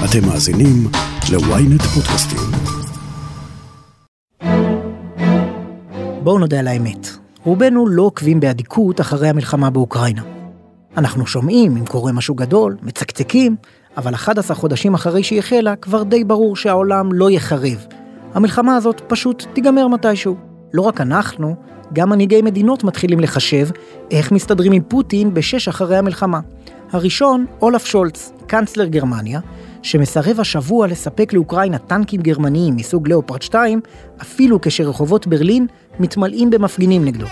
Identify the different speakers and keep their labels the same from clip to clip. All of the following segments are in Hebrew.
Speaker 1: אתם מאזינים ל-ynet פודקאסטים.
Speaker 2: בואו נודה על האמת. רובנו לא עוקבים באדיקות אחרי המלחמה באוקראינה. אנחנו שומעים אם קורה משהו גדול, מצקצקים, אבל 11 חודשים אחרי שהיא החלה, כבר די ברור שהעולם לא יחרב. המלחמה הזאת פשוט תיגמר מתישהו. לא רק אנחנו, גם מנהיגי מדינות מתחילים לחשב איך מסתדרים עם פוטין ב6 אחרי המלחמה. הראשון, אולף שולץ, קנצלר גרמניה, שמסרב השבוע לספק לאוקראינה טנקים גרמניים מסוג לאופרד 2, אפילו כשרחובות ברלין מתמלאים במפגינים נגדו.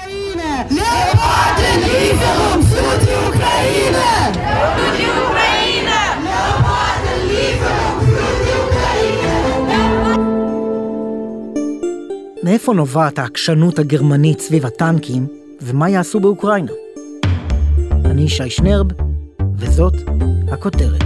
Speaker 2: מאיפה נובעת העקשנות הגרמנית סביב הטנקים, ומה יעשו באוקראינה? אני שי שנרב, וזאת הכותרת.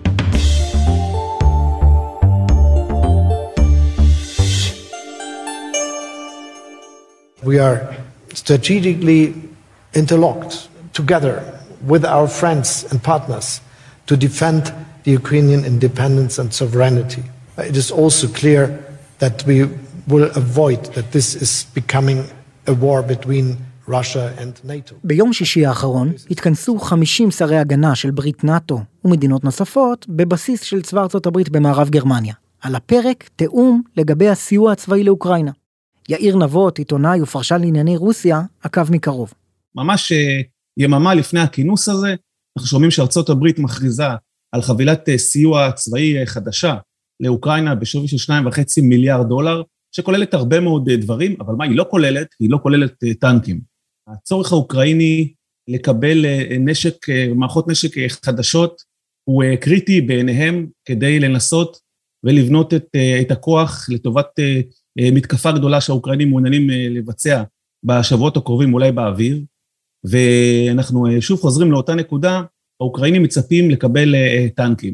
Speaker 3: We are strategically interlocked together with our friends and partners to defend the Ukrainian independence and sovereignty. It is also clear that we will avoid that this is becoming a war between Russia and NATO.
Speaker 2: ביום שישי האחרון התכנסו 50 שרי הגנה של ברית נאטו ומדינות נוספות בבסיס של צבא ארצות הברית במערב גרמניה. על הפרק תאום לגבי הסיוע הצבאי לאוקראינה. יאיר נבות, עיתונאי ופרשן לענייני רוסיה, עקב מקרוב.
Speaker 4: ממש יממה לפני הכינוס הזה, אנחנו שומעים שארצות הברית מכריזה על חבילת סיוע צבאי חדשה לאוקראינה בשווי של $2.5 מיליארד, שכוללת הרבה מאוד דברים, אבל מה היא לא כוללת? היא לא כוללת טנקים. הצורך האוקראיני לקבל נשק, מערכות נשק חדשות, הוא קריטי בעיניהם כדי לנסות ולבנות את הכוח לטובת מתקפה גדולה שהאוקראינים מעוניינים לבצע בשבועות הקרובים, אולי באוויר, ואנחנו שוב חוזרים לאותה נקודה, האוקראינים מצפים לקבל טנקים.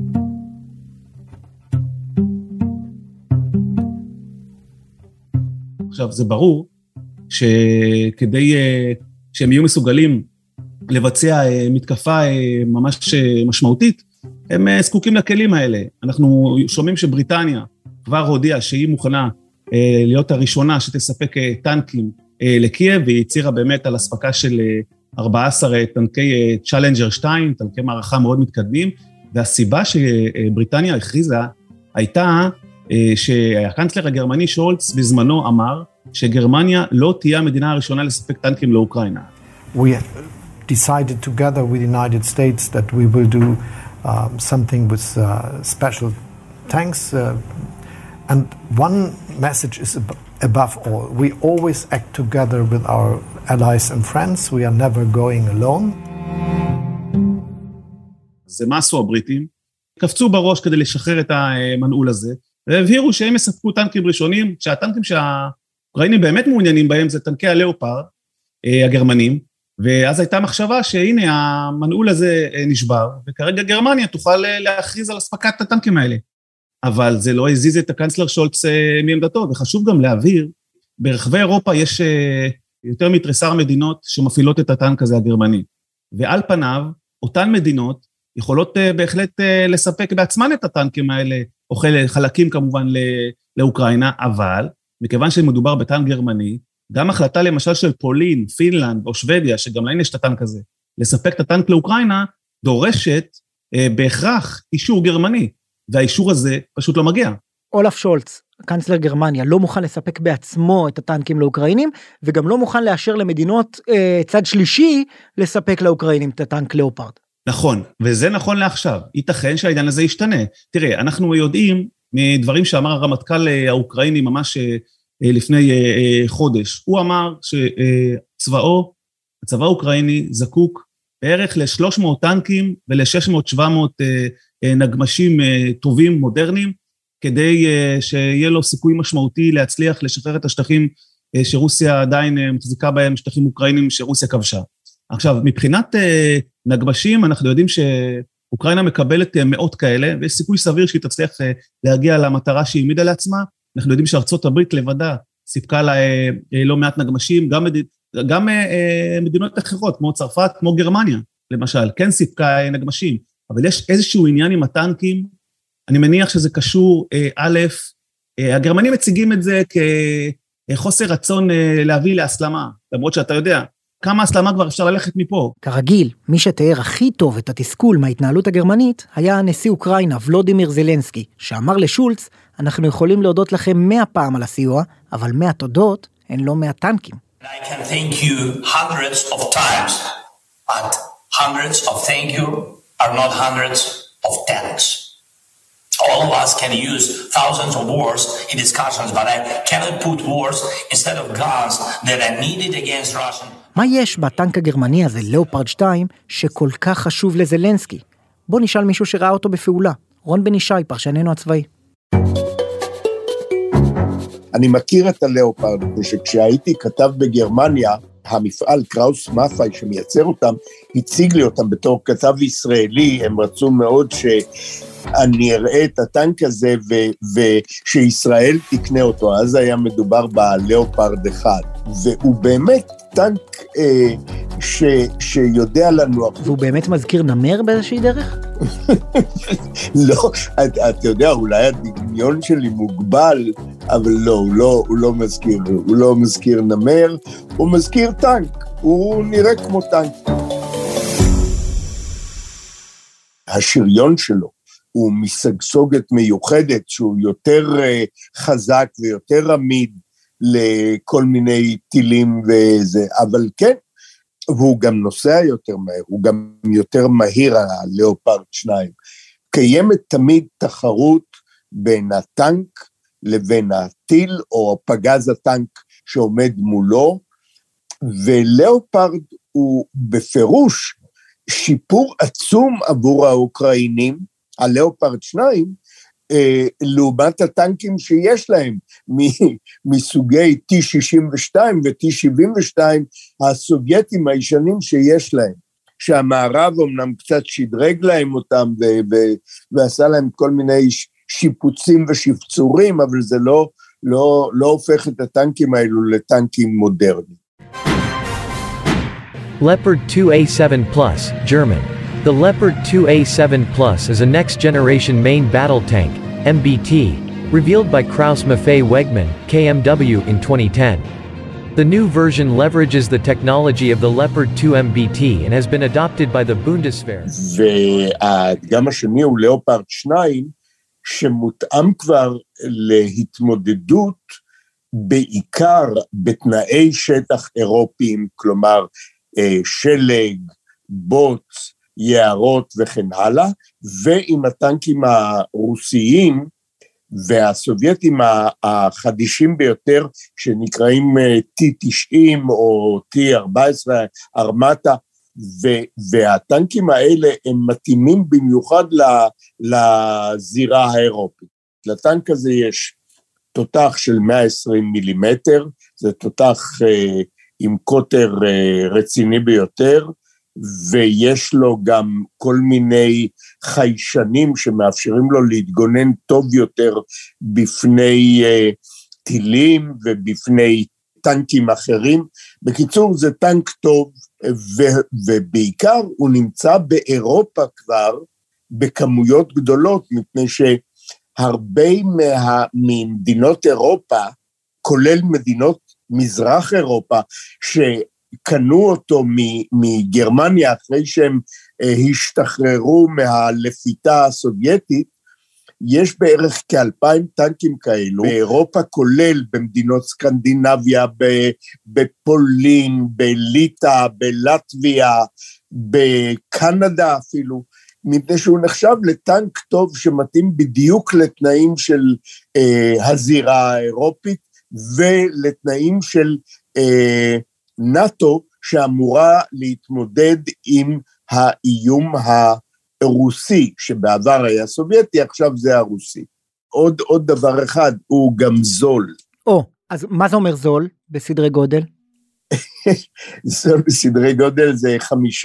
Speaker 4: עכשיו, זה ברור שכדי שהם יהיו מסוגלים לבצע מתקפה ממש משמעותית, הם זקוקים לכלים האלה. אנחנו שומעים שבריטניה כבר הודיעה שהיא מוכנה להיות הראשונה שתספק טנקים לקייב, והיא הצירה באמת על הספקה של 14 טנקי צ'לנג'ר 2, טנקי מערכה מאוד מתקדמים, והסיבה שבריטניה הכריזה הייתה שהקנצלר הגרמני שולץ בזמנו אמר שגרמניה לא תהיה המדינה הראשונה לספק טנקים לאוקראינה.
Speaker 3: We decided together with the United States that we will do something with special tanks and one message is above all. We always act together with our allies and friends. We are never going alone.
Speaker 4: זה מה עשו הבריטים? קפצו בראש כדי לשחרר את המנעול הזה, והבהירו שהם יספקו טנקים ראשונים, שהטנקים שהאוקראינים באמת מעוניינים בהם זה טנקי הלאופרד הגרמנים, ואז הייתה מחשבה שהנה המנעול הזה נשבר, וכרגע גרמניה תוכל להכריז על הספקת הטנקים האלה. אבל זה לא הזיז את הקנצלר שולץ מעמדתו, וחשוב גם להבהיר, ברחבי אירופה יש יותר מתריסר מדינות שמפעילות את הטנק הזה הגרמני, ועל פניו, אותן מדינות יכולות בהחלט לספק בעצמן את הטנקים האלה, או חלקים כמובן לאוקראינה, אבל מכיוון שמדובר בטנק גרמני, גם החלטה למשל של פולין, פינלנד או שוודיה, שגם להן יש את הטנק הזה, לספק את הטנק לאוקראינה, דורשת בהכרח אישור גרמני, והאישור הזה פשוט לא מגיע.
Speaker 2: אולף שולץ, קנצלר גרמניה, לא מוכן לספק בעצמו את הטנקים לאוקראינים, וגם לא מוכן לאשר למדינות צד שלישי לספק לאוקראינים את הטנק לאופרד.
Speaker 4: נכון, וזה נכון לעכשיו. ייתכן שהעניין הזה ישתנה. תראה, אנחנו יודעים מדברים שאמר הרמטכ"ל האוקראיני ממש לפני חודש. הוא אמר הצבא האוקראיני זקוק בערך ל-300 טנקים ול-600-700 נגמשים טובים, מודרניים, כדי שיהיה לו סיכוי משמעותי להצליח לשחרר את השטחים שרוסיה עדיין מחזיקה בהם, שטחים אוקראינים שרוסיה כבשה. עכשיו, מבחינת נגמשים, אנחנו יודעים שאוקראינה מקבלת מאות כאלה, ויש סיכוי סביר שהיא תצליח להגיע למטרה שהיא העמידה לעצמה. אנחנו יודעים שארצות הברית לבדה סיפקה לה לא מעט נגמשים, גם מדינות אחרות, כמו צרפת, כמו גרמניה, למשל, כן סיפקה נגמשים, אבל יש איזשהו עניין עם הטנקים, אני מניח שזה קשור, א', הגרמנים מציגים את זה כחוסר רצון להביא להסלמה, למרות שאתה יודע, כמה הסלמה כבר אפשר ללכת מפה.
Speaker 2: כרגיל, מי שתיאר הכי טוב את התסכול מההתנהלות הגרמנית, היה נשיא אוקראינה, ולודימיר זלנסקי, שאמר לשולץ, אנחנו יכולים להודות לכם 100 פעם על הסיוע, אבל 100 תודות הן לא 100 טנקים.
Speaker 5: I can thank you hundreds of times, but hundreds of thank you are not hundreds of tanks. All of us can use thousands of words in discussions, but I cannot put words instead of guns that are needed against Russian.
Speaker 2: מה יש בטנק הגרמני הזה, לאופרד 2, שכל כך חשוב לזלנסקי? בוא נשאל מישהו שראה אותו בפעולה. רון בן ישי, פרשננו הצבאי.
Speaker 6: אני מכיר את הלאופרד, ושכשהייתי כתב בגרמניה, המפעל קראוס מאפיי שמייצר אותם, הציג לי אותם בתור כתב ישראלי, הם רצו מאוד שאני אראה את הטנק הזה, ושישראל תקנה אותו, אז היה מדובר בלאופרד 1, והוא באמת טנק שיודע לנו...
Speaker 2: והוא באמת מזכיר נמר באיזושהי דרך?
Speaker 6: לא, אתה יודע, אולי הדמיון שלי מוגבל, אבל לא, הוא לא מזכיר נמר, הוא מזכיר טנק, הוא נראה כמו טנק. השריון שלו הוא מסגסוגת מיוחדת, שהוא יותר חזק ויותר עמיד לכל מיני טילים וזה, אבל כן, והוא גם נוסע יותר מהר, הוא גם יותר מהיר הלאופרד 2. קיימת תמיד תחרות בין הטנק לבין הטיל, או פגז הטנק שעומד מולו, ולאופרד הוא בפירוש שיפור עצום עבור האוקראינים, הלאופרד 2, לעומת הטנקים שיש להם, מסוגי T-62 ו-T-72, הסובייטים הישנים שיש להם, שהמערב אמנם קצת שדרג להם אותם, ועשה להם כל מיני שיפוצים ושפצורים, אבל זה לא הופך את הטנקים האלו לטנקים מודרניים.
Speaker 7: Leopard 2A7 Plus, German. The Leopard 2A7 Plus is a next-generation main battle tank, MBT, revealed by Krauss Maffei Wegmann, KMW in 2010. The new version leverages the technology of the Leopard 2 MBT and has been adopted by the Bundeswehr.
Speaker 6: והדגם השני הוא לאופרד 2, שמותאם כבר להתמודדות בעיקר בתנאי שטח אירופיים, כלומר שלג, בוץ, יערות וכן הלאה, ועם הטנקים הרוסיים והסובייטים החדישים ביותר, שנקראים T-90 או T-14 ארמטה, והטנקים האלה הם מתאימים במיוחד לזירה האירופית. לטנק הזה יש תותח של 120 מילימטר, זה תותח עם קוטר רציני ביותר, ויש לו גם כל מיני חיישנים שמאפשרים לו להתגונן טוב יותר בפני טילים ובפני טנקים אחרים. בקיצור, זה טנק טוב, ובעיקר הוא נמצא באירופה כבר בכמויות גדולות, מפני שהרבה ממדינות אירופה, כולל מדינות מזרח אירופה, שקנו אותו מגרמניה אחרי שהם השתחררו מהלפיתה הסובייטית, יש בערך כ2,000 טנקים כאלו, באירופה כולל במדינות סקנדינביה, בפולין, בליטא, בלטביה, בקנדה אפילו, מפני שהוא נחשב לטנק טוב שמתאים בדיוק לתנאים של הזירה האירופית, ולתנאים של נאטו, שאמורה להתמודד עם האיום הרוסי, שבעבר היה סובייטי, עכשיו זה הרוסי. עוד דבר אחד, הוא גם זול.
Speaker 2: אז מה זה אומר זול בסדרי גודל?
Speaker 6: זול בסדרי גודל זה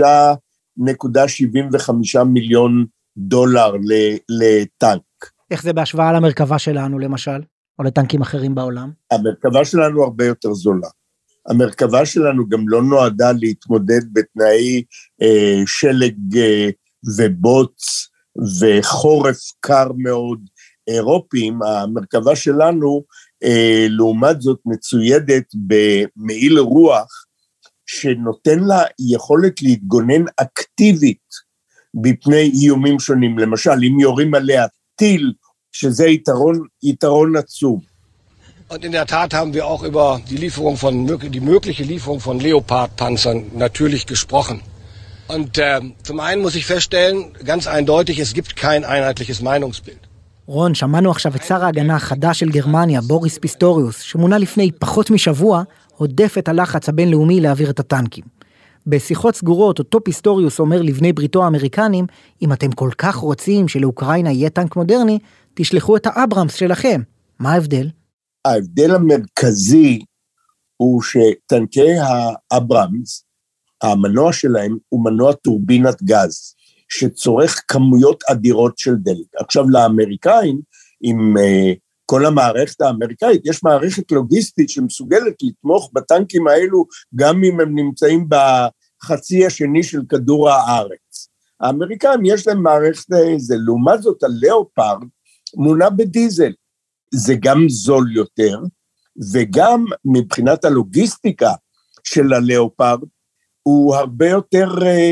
Speaker 6: 5.75 מיליון דולר לטנק.
Speaker 2: איך זה בהשוואה למרכבה שלנו למשל, או לטנקים אחרים בעולם?
Speaker 6: המרכבה שלנו הרבה יותר זולה. המרכבה שלנו גם לא נועדה להתמודד בתנאי שלג ובוץ וחורף קר מאוד אירופיים, המרכבה שלנו, לעומת זאת מצוידת במעיל רוח, שנותן לה יכולת להתגונן אקטיבית בפני איומים שונים. lמשל, אם יורים עליה טיל, שזה יתרון עצום.
Speaker 8: Und in der Tat haben wir auch über die mögliche Lieferung von Leopard-Panzern natürlich gesprochen. Und zum einen muss ich feststellen, ganz eindeutig, es gibt kein einheitliches Meinungsbild.
Speaker 2: רון, שמענו עכשיו את שר ההגנה החדש של גרמניה, בוריס פיסטוריוס, שמונה לפני פחות משבוע, הודף את הלחץ הבינלאומי להעביר את הטנקים. בשיחות סגורות, אותו פיסטוריוס אומר לבני בריתו האמריקנים, אם אתם כל כך רוצים שלאוקראינה יהיה טנק מודרני, תשלחו את האברמס שלכם. מה ההבדל?
Speaker 6: ההבדל המרכזי הוא שטנקי האברמס, המנוע שלהם הוא מנוע טורבינת גז, שצורך כמויות אדירות של דלק. עכשיו לאמריקאים, עם כל המערכת האמריקאית, יש מערכת לוגיסטית שמסוגלת לתמוך בטנקים האלו, גם אם הם נמצאים בחצי השני של כדור הארץ. האמריקאים יש להם מערכת זה, לעומת זאת הלאופרד מונע בדיזל, זה גם זול יותר, וגם מבחינת הלוגיסטיקה של הלאופרד, הוא הרבה יותר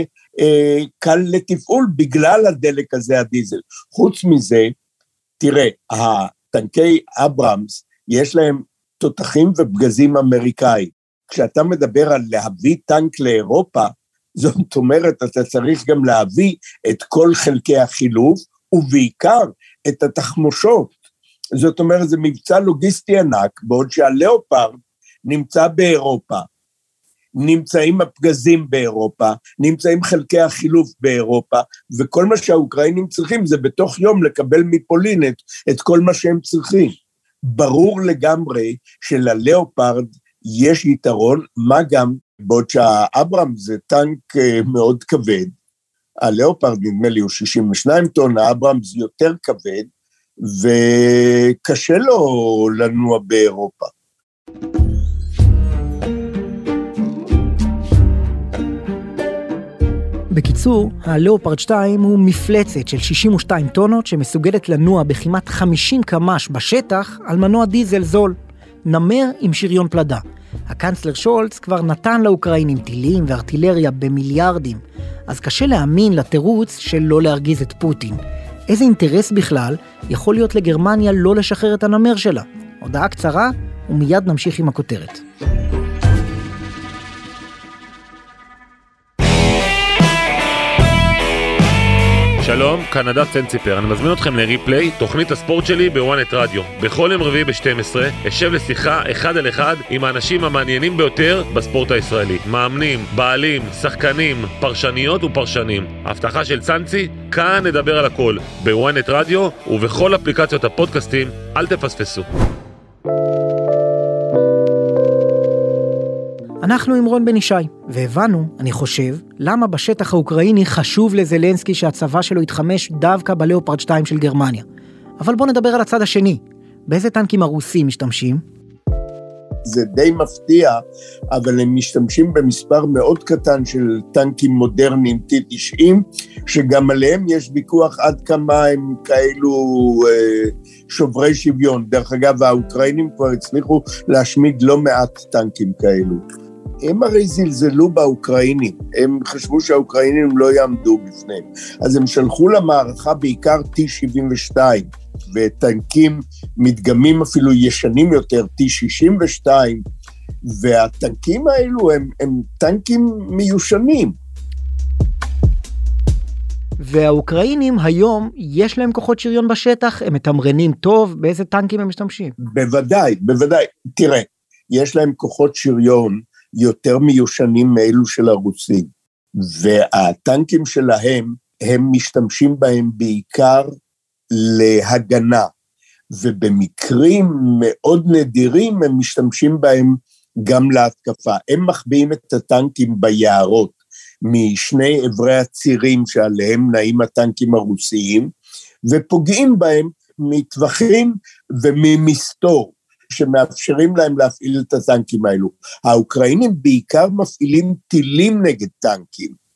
Speaker 6: קל לתפעול בגלל הדלק הזה הדיזל. חוץ מזה, תראה, הטנקי אברמס, יש להם תותחים ופגזים אמריקאים. כשאתה מדבר על להביא טנק לאירופה, זאת אומרת, אתה צריך גם להביא את כל חלקי החילוף, ובעיקר את התחמושות. זאת אומרת, זה מבצע לוגיסטי ענק, בעוד שהלאופרד נמצא באירופה, נמצאים הפגזים באירופה, נמצאים חלקי החילוף באירופה, וכל מה שהאוקראינים צריכים זה בתוך יום לקבל מפולין את כל מה שהם צריכים. ברור לגמרי שללאופרד יש יתרון, מה גם, בעוד שהאברהם זה טנק מאוד כבד, הלאופרד נדמה לי הוא 62 טון, האברהם זה יותר כבד, וקשה לו לנוע באירופה.
Speaker 2: בקיצור, הלאופרד 2 הוא מפלצת של 62 טונות שמסוגלת לנוע בכמעט 50 קמ"ש בשטח על מנוע דיזל זול, נמר עם שריון פלדה. הקנצלר שולץ כבר נתן לאוקראינים טילים וארטילריה במיליארדים, אז קשה להאמין לתירוץ של לא להרגיז את פוטין. איזה אינטרס בכלל יכול להיות לגרמניה לא לשחרר את הנמר שלה? הודעה קצרה ומיד נמשיך עם הכותרת.
Speaker 9: שלום, קנדה סנציפר, אני מזמין אתכם לריפליי, תוכנית הספורט שלי בוואנט רדיו. בכל יום רביעי ב-12, אשב לשיחה אחד על אחד עם האנשים המעניינים ביותר בספורט הישראלי. מאמנים, בעלים, שחקנים, פרשניות ופרשנים. ההבטחה של סנצי, כאן נדבר על הכל, בוואנט רדיו ובכל אפליקציות הפודקאסטים, אל תפספסו.
Speaker 2: אנחנו עם רון בן ישי, והבנו, אני חושב, למה בשטח האוקראיני חשוב לזלנסקי שהצבא שלו יתחמש דווקא בלאופרד 2 של גרמניה. אבל בוא נדבר על הצד השני. באיזה טנקים הרוסים משתמשים?
Speaker 6: זה די מפתיע, אבל הם משתמשים במספר מאוד קטן של טנקים מודרניים T-90, שגם עליהם יש ויכוח עד כמה הם כאלו שוברי שוויון. דרך אגב, האוקראינים כבר הצליחו להשמיד לא מעט טנקים כאלו. הם הרי זלזלו באוקראינים, הם חשבו שהאוקראינים לא יעמדו בפניהם, אז הם שלחו למערכה בעיקר T-72, וטנקים מדגמים אפילו ישנים יותר, T-62, והטנקים האלו הם טנקים מיושנים.
Speaker 2: והאוקראינים היום יש להם כוחות שריון בשטח, הם מתמרנים טוב, באיזה טנקים הם משתמשים?
Speaker 6: בוודאי, בוודאי. תראה, יש להם כוחות שריון יותר מיושנים מאלו של הרוסים, והטנקים שלהם, הם משתמשים בהם בעיקר להגנה, ובמקרים מאוד נדירים הם משתמשים בהם גם להתקפה. הם מחביאים את הטנקים ביערות, משני עברי הצירים שעליהם נעים הטנקים הרוסיים, ופוגעים בהם מטווחים וממסתור, שמאפשרים להם להפעיל את הטנקים האלו. האוקראינים בעיקר מפעילים טילים נגד טנקים,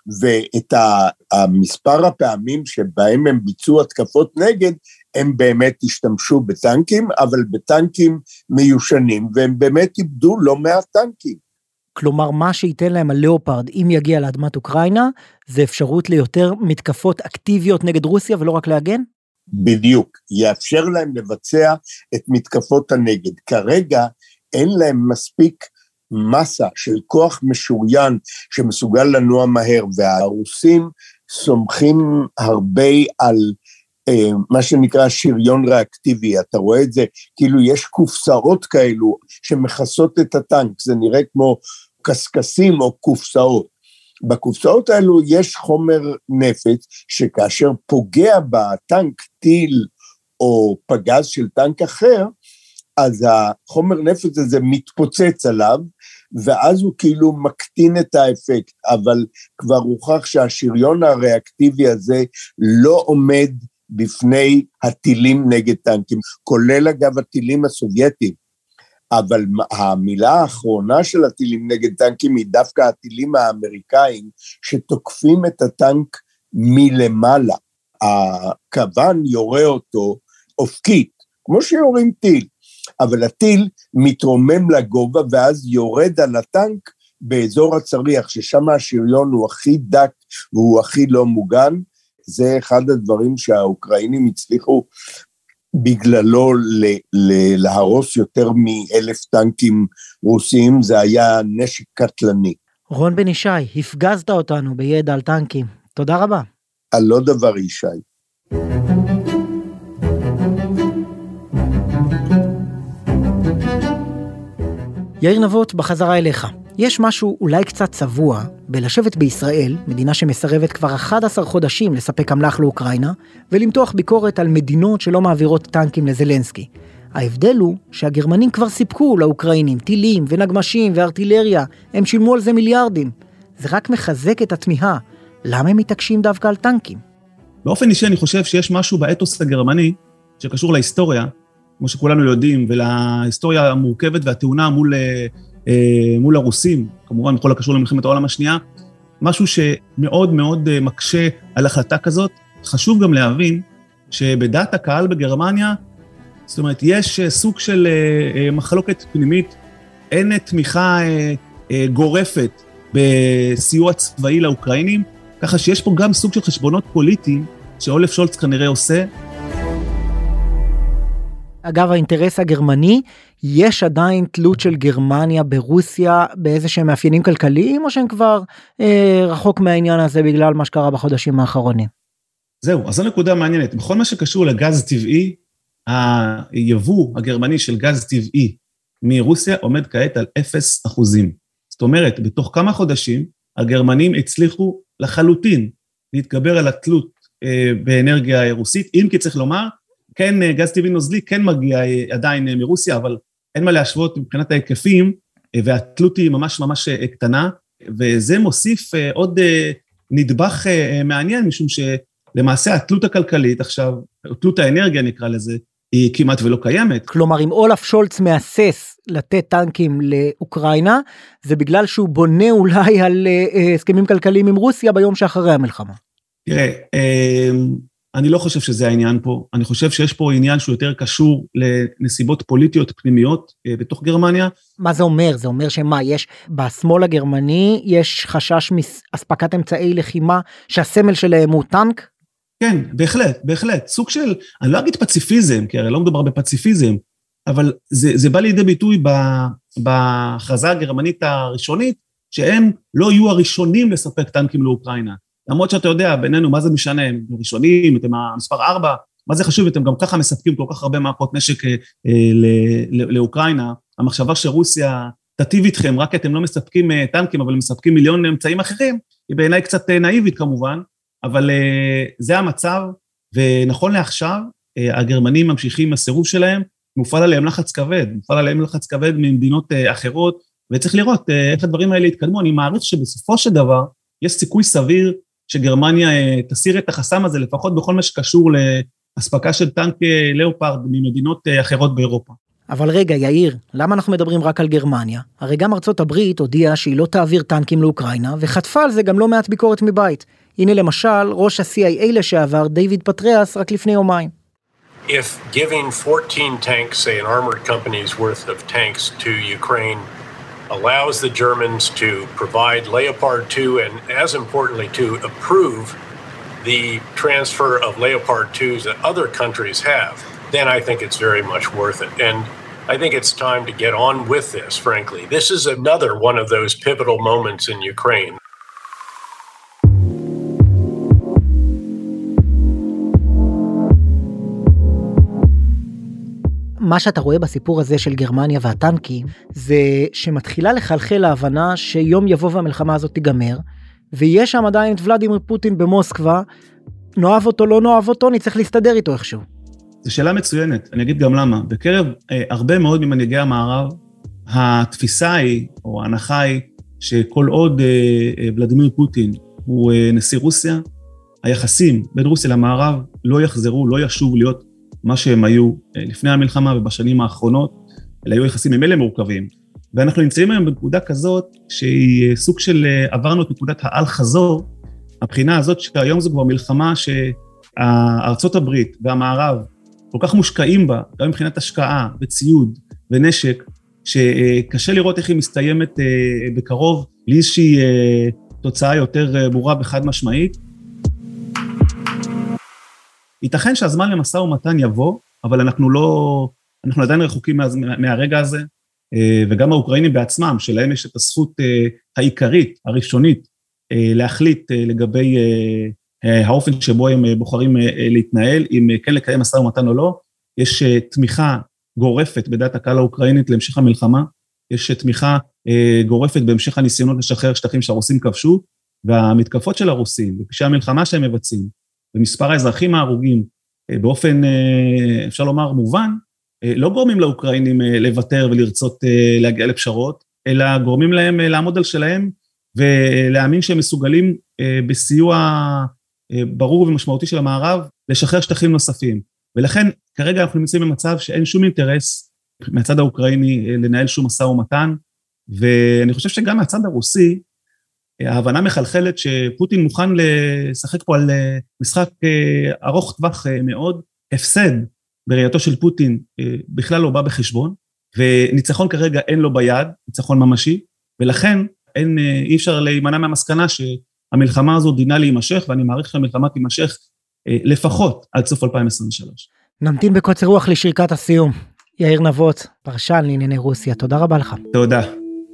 Speaker 6: ואת המספר הפעמים שבהם הם ביצעו התקפות נגד, הם באמת השתמשו בטנקים, אבל בטנקים מיושנים, והם באמת איבדו לא מעט טנקים.
Speaker 2: כלומר, מה שייתן להם הלאופרד, אם יגיע לאדמת אוקראינה, זה אפשרות ליותר מתקפות אקטיביות נגד רוסיה, ולא רק להגן?
Speaker 6: בדיוק, יאפשר להם לבצע את מתקפות הנגד. כרגע אין להם מספיק מסה של כוח משוריין שמסוגל לנוע מהר, והרוסים סומכים הרבה על מה שנקרא שריון ריאקטיבי. אתה רואה את זה, כאילו יש קופסאות כאלו שמכסות את הטנק, זה נראה כמו קסקסים או קופסאות. בקופסאות האלו יש חומר נפץ, שכאשר פוגע בטנק טיל או פגז של טנק אחר, אז החומר נפץ הזה מתפוצץ עליו, ואז הוא כאילו מקטין את האפקט, אבל כבר הוכח שהשריון הריאקטיבי הזה לא עומד בפני הטילים נגד טנקים, כולל אגב הטילים הסובייטיים, אבל המילה האחרונה של הטילים נגד טנקים היא דווקא הטילים האמריקאים, שתוקפים את הטנק מלמעלה, הכוון יורה אותו אופקית, כמו שיורים טיל, אבל הטיל מתרומם לגובה, ואז יורד על הטנק באזור הצריח, ששם השריון הוא הכי דק, והוא הכי לא מוגן. זה אחד הדברים שהאוקראינים הצליחו בגללו להרוס יותר מ1,000 טנקים רוסיים, זה היה נשק קטלני.
Speaker 2: רון בן ישי, הפגזת אותנו בידע על טנקים. תודה רבה.
Speaker 6: על לא דבר ישי.
Speaker 2: יאיר נבות, בחזרה אליך. יש משהו אולי קצת צבוע בלשבת בישראל, מדינה שמסרבת כבר 11 חודשים לספק אמל"ח לאוקראינה, ולמתוח ביקורת על מדינות שלא מעבירות טנקים לזלנסקי. ההבדל הוא שהגרמנים כבר סיפקו לאוקראינים טילים ונגמשים וארטילריה, הם שילמו על זה מיליארדים. זה רק מחזק את התמיהה, למה הם מתעקשים דווקא על טנקים?
Speaker 4: באופן אישי אני חושב שיש משהו באתוס הגרמני שקשור להיסטוריה, כמו שכולנו יודעים, ולהיסטוריה המורכבת והטעונה מול הרוסים, כמובן בכל הקשור למלחמת העולם השנייה, משהו שמאוד מאוד מקשה על החלטה כזאת. חשוב גם להבין שבדעת הקהל בגרמניה, זאת אומרת, יש סוג של מחלוקת פנימית, אין תמיכה גורפת בסיוע צבאי לאוקראינים, ככה שיש פה גם סוג של חשבונות פוליטיים, שאולף שולץ כנראה עושה.
Speaker 2: אגב, האינטרס הגרמני, יש עדיין תלות של גרמניה ברוסיה באיזה שהם מאפיינים כלכליים, או שהם כבר רחוק מהעניין הזה בגלל מה שקרה בחודשים האחרונים?
Speaker 4: זהו, אז זו נקודה מעניינת. בכל מה שקשור לגז טבעי, היבוא הגרמני של גז טבעי מרוסיה עומד כעת על 0%. זאת אומרת, בתוך כמה חודשים, הגרמנים הצליחו לחלוטין להתגבר על התלות באנרגיה רוסית, אם כי צריך לומר, כן, גז טבעי נוזלי כן מגיע עדיין מרוסיה, אבל אין מה להשוות מבחינת ההיקפים, והתלות היא ממש ממש קטנה, וזה מוסיף עוד נדבך מעניין, משום שלמעשה התלות הכלכלית עכשיו, תלות האנרגיה נקרא לזה, היא כמעט ולא קיימת.
Speaker 2: כלומר, אם אולף שולץ מאסס לתת טנקים לאוקראינה, זה בגלל שהוא בונה אולי על הסכמים כלכליים עם רוסיה ביום שאחרי המלחמה. תראה,
Speaker 4: אני לא חושב שזה העניין פה, אני חושב שיש פה עניין שהוא יותר קשור לנסיבות פוליטיות פנימיות בתוך גרמניה.
Speaker 2: מה זה אומר? זה אומר שמה, יש בשמאל הגרמני, יש חשש מאספקת אמצעי לחימה שהסמל שלהם הוא טנק?
Speaker 4: כן, בהחלט, בהחלט. סוג של, אני לא אגיד פציפיזם, כי הרי לא מדובר בפציפיזם, אבל זה בא לידי ביטוי בהכרזה הגרמנית הראשונית, שהם לא יהיו הראשונים לספק טנקים לאוקראינה. למרות שאתה יודע, בינינו, מה זה משנה, הם ראשונים, אתם המספר 4, מה זה חשוב, אתם גם ככה מספקים כל כך הרבה מערכות נשק לאוקראינה, המחשבה שרוסיה תטיב איתכם, רק אתם לא מספקים טנקים, אבל מספקים מיליון אמצעים אחרים, היא בעיניי קצת נאיבית כמובן, אבל זה המצב, ונכון לעכשיו, הגרמנים ממשיכים עם הסירוב שלהם, מופעל עליהם לחץ כבד ממדינות אחרות, וצריך לראות איך הדברים האלה יתקדמו. אני מעריך שבסופו של דבר, יש סיכוי סביר שגרמניה תסיר את החסם הזה, לפחות בכל מה שקשור להספקה של טנק לאופרד ממדינות אחרות באירופה.
Speaker 2: אבל רגע, יאיר, למה אנחנו מדברים רק על גרמניה? הרי גם ארצות הברית הודיעה שהיא לא תעביר טנקים לאוקראינה, וחטפה על זה גם לא מעט ביקורת מבית. הנה למשל, ראש ה-CIA לשעבר, דיוויד פטריאס, רק לפני יומיים.
Speaker 10: If giving 14 tanks, say an armored company's worth of tanks to Ukraine, allows the Germans to provide Leopard 2 and, as importantly, to approve the transfer of Leopard 2s that other countries have, then I think it's very much worth it. And I think it's time to get on with this, frankly. This is another one of those pivotal moments in Ukraine.
Speaker 2: מה שאתה רואה בסיפור הזה של גרמניה והטנקים, זה שמתחילה לחלחל להבנה שיום יבוא והמלחמה הזאת תיגמר, ויש שם עדיין את ולדימיר פוטין במוסקבה, נאהב אותו, לא נאהב אותו, נצטרך להסתדר איתו איכשהו.
Speaker 4: זו שאלה מצוינת, אני אגיד גם למה. בקרב הרבה מאוד ממנהיגי המערב, התפיסה היא, או ההנחה היא, שכל עוד ולדימיר פוטין הוא נשיא רוסיה, היחסים בין רוסיה למערב לא יחזרו, לא ישוב להיות מה שהם היו לפני המלחמה ובשנים האחרונות, אלא היו יחסים עם אלה מורכבים. ואנחנו נמצאים היום בנקודה כזאת, שהיא סוג של עברנו את נקודת העל חזור, הבחינה הזאת שהיום זו כבר מלחמה שהארצות הברית והמערב כל כך מושקעים בה, גם מבחינת השקעה וציוד ונשק, שקשה לראות איך היא מסתיימת בקרוב, בלי איזושהי תוצאה יותר ברורה וחד משמעית. ייתכן שהזמן למשא ומתן יבוא, אבל אנחנו עדיין רחוקים מהרגע הזה, וגם האוקראינים בעצמם, שלהם יש את הזכות העיקרית, הראשונית, להחליט לגבי האופן שבו הם בוחרים להתנהל, אם כן לקיים משא ומתן או לא. יש תמיכה גורפת בדעת הקהל האוקראינית להמשך המלחמה, יש תמיכה גורפת בהמשך הניסיונות לשחרר שטחים שהרוסים כבשו, והמתקפות של הרוסים, וכשהמלחמה המלחמה שהם מבצעים, ומספר האזרחים ההרוגים, באופן, אפשר לומר, מובן, לא גורמים לאוקראינים לוותר ולרצות להגיע לפשרות, אלא גורמים להם לעמוד על שלהם, ולהאמין שהם מסוגלים בסיוע ברור ומשמעותי של המערב, לשחרר שטחים נוספים. ולכן, כרגע אנחנו נמצאים במצב שאין שום אינטרס מהצד האוקראיני לנהל שום משא ומתן, ואני חושב שגם מהצד הרוסי, ההבנה מחלחלת שפוטין מוכן לשחק פה על משחק ארוך טווח מאוד, הפסד בראייתו של פוטין בכלל לא בא בחשבון, וניצחון כרגע אין לו ביד, ניצחון ממשי, ולכן אי אפשר להימנע מהמסקנה שהמלחמה הזו דינה להימשך, ואני מעריך שהמלחמה תימשך לפחות עד סוף 2023.
Speaker 2: נמתין בקוצר רוח לשריקת הסיום. יאיר נבות, פרשן לענייני רוסיה, תודה רבה לך.
Speaker 4: תודה.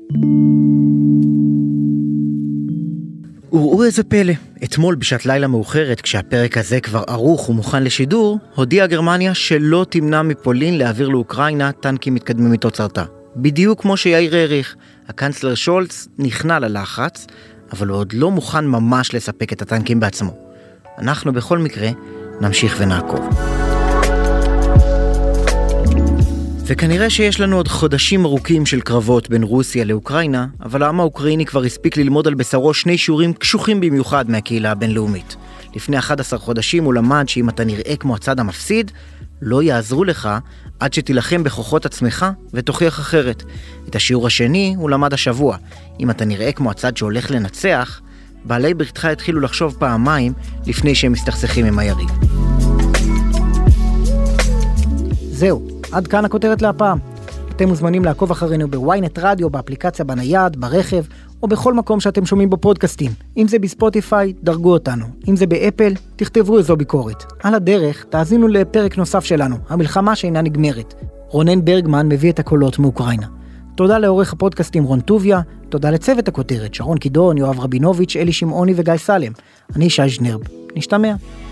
Speaker 2: וראו איזה פלא, אתמול בשעת לילה מאוחרת, כשהפרק הזה כבר ערוך ומוכן לשידור, הודיעה גרמניה שלא תמנע מפולין להעביר לאוקראינה טנקים מתקדמים מתוצרתה. בדיוק כמו שיאיר העריך, הקנצלר שולץ נכנע ללחץ, אבל הוא עוד לא מוכן ממש לספק את הטנקים בעצמו. אנחנו בכל מקרה נמשיך ונעקוב. וכנראה שיש לנו עוד חודשים ארוכים של קרבות בין רוסיה לאוקראינה, אבל העם האוקראיני כבר הספיק ללמוד על בשרו שני שיעורים קשוחים במיוחד מהקהילה הבינלאומית. לפני 11 חודשים הוא למד שאם אתה נראה כמו הצד המפסיד, לא יעזרו לך עד שתילחם בכוחות עצמך ותוכיח אחרת. את השיעור השני הוא למד השבוע. אם אתה נראה כמו הצד שהולך לנצח, בעלי בריתך התחילו לחשוב פעמיים לפני שהם מסתכסכים עם היריב. זהו, עד כאן הכותרת להפעם. אתם מוזמנים לעקוב אחרינו בוויינט רדיו, באפליקציה בנייד, ברכב, או בכל מקום שאתם שומעים בפודקאסטים. אם זה בספוטיפיי, דרגו אותנו. אם זה באפל, תכתבו איזו ביקורת. על הדרך, תאזינו לפרק נוסף שלנו, המלחמה שאינה נגמרת. רונן ברגמן מביא את הקולות מאוקראינה. תודה לעורך הפודקאסטים רון טוביה, תודה לצוות הכותרת, שרון קידון, יואב רבינוביץ', אלי שמעוני וגיא סלם. אני שי ז'נרב. נשתמע.